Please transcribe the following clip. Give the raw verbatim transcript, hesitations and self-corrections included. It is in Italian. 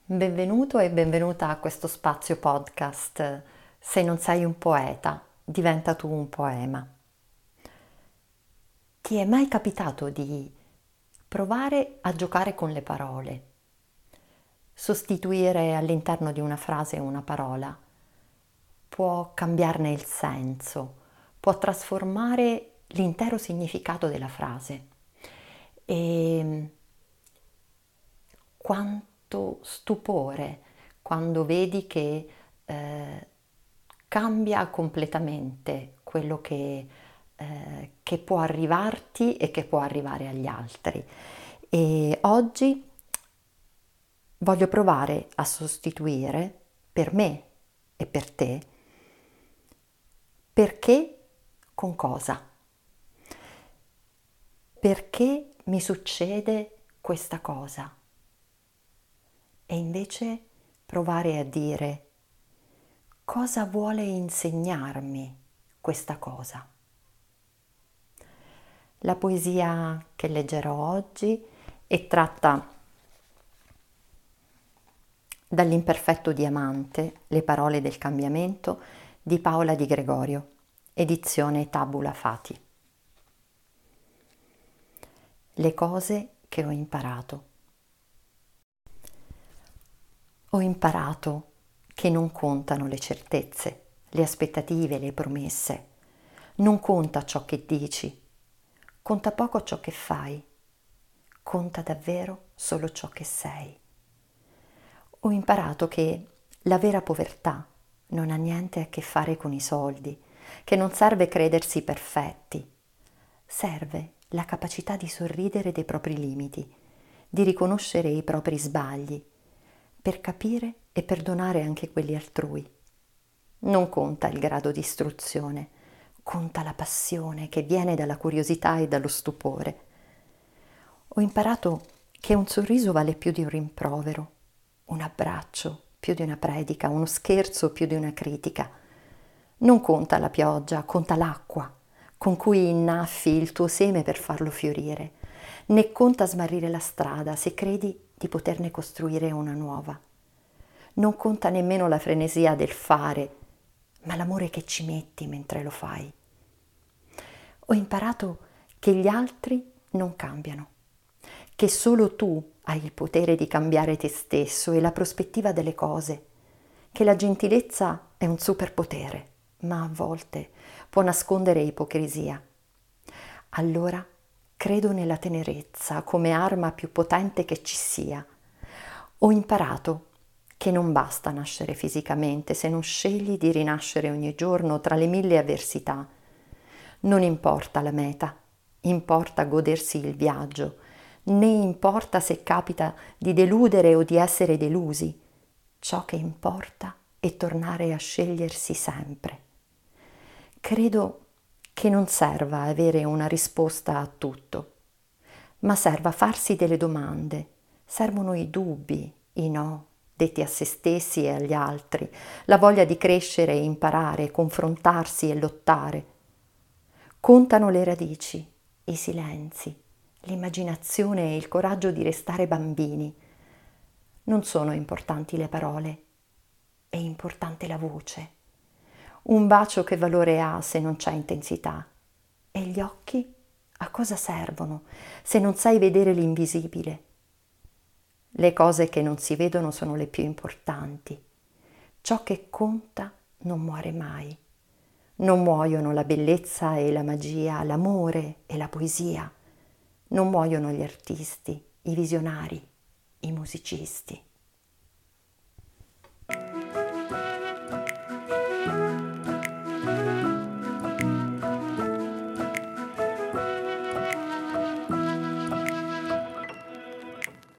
Benvenuto e benvenuta a questo spazio podcast. Se non sei un poeta, diventa tu un poema. Ti è mai capitato di provare a giocare con le parole? Sostituire all'interno di una frase una parola può cambiarne il senso, può trasformare l'intero significato della frase. E quanto stupore quando vedi che eh, cambia completamente quello che, eh, che può arrivarti e che può arrivare agli altri. E oggi voglio provare a sostituire per me e per te perché con cosa? Perché mi succede questa cosa? E invece provare a dire cosa vuole insegnarmi questa cosa. La poesia che leggerò oggi è tratta dall'Imperfetto Diamante, le parole del cambiamento di Paola Di Gregorio, edizione Tabula Fati. Le cose che ho imparato. Ho imparato che non contano le certezze, le aspettative, le promesse. Non conta ciò che dici, conta poco ciò che fai, conta davvero solo ciò che sei. Ho imparato che la vera povertà non ha niente a che fare con i soldi, che non serve credersi perfetti, serve la capacità di sorridere dei propri limiti, di riconoscere i propri sbagli, per capire e perdonare anche quelli altrui. Non conta il grado di istruzione, conta la passione che viene dalla curiosità e dallo stupore. Ho imparato che un sorriso vale più di un rimprovero, un abbraccio più di una predica, uno scherzo più di una critica. Non conta la pioggia, conta l'acqua con cui innaffi il tuo seme per farlo fiorire, né conta smarrire la strada se credi di poterne costruire una nuova. Non conta nemmeno la frenesia del fare, ma l'amore che ci metti mentre lo fai. Ho imparato che gli altri non cambiano, che solo tu hai il potere di cambiare te stesso e la prospettiva delle cose, che la gentilezza è un superpotere, ma a volte può nascondere ipocrisia. Allora credo nella tenerezza come arma più potente che ci sia. Ho imparato che non basta nascere fisicamente se non scegli di rinascere ogni giorno tra le mille avversità. Non importa la meta, importa godersi il viaggio, né importa se capita di deludere o di essere delusi. Ciò che importa è tornare a scegliersi sempre. Credo che non serva avere una risposta a tutto, ma serva farsi delle domande. Servono i dubbi, i no, detti a se stessi e agli altri, la voglia di crescere e imparare, confrontarsi e lottare. Contano le radici, i silenzi, l'immaginazione e il coraggio di restare bambini. Non sono importanti le parole, è importante la voce. Un bacio che valore ha se non c'è intensità? E gli occhi a cosa servono se non sai vedere l'invisibile? Le cose che non si vedono sono le più importanti. Ciò che conta non muore mai. Non muoiono la bellezza e la magia, l'amore e la poesia. Non muoiono gli artisti, i visionari, i musicisti.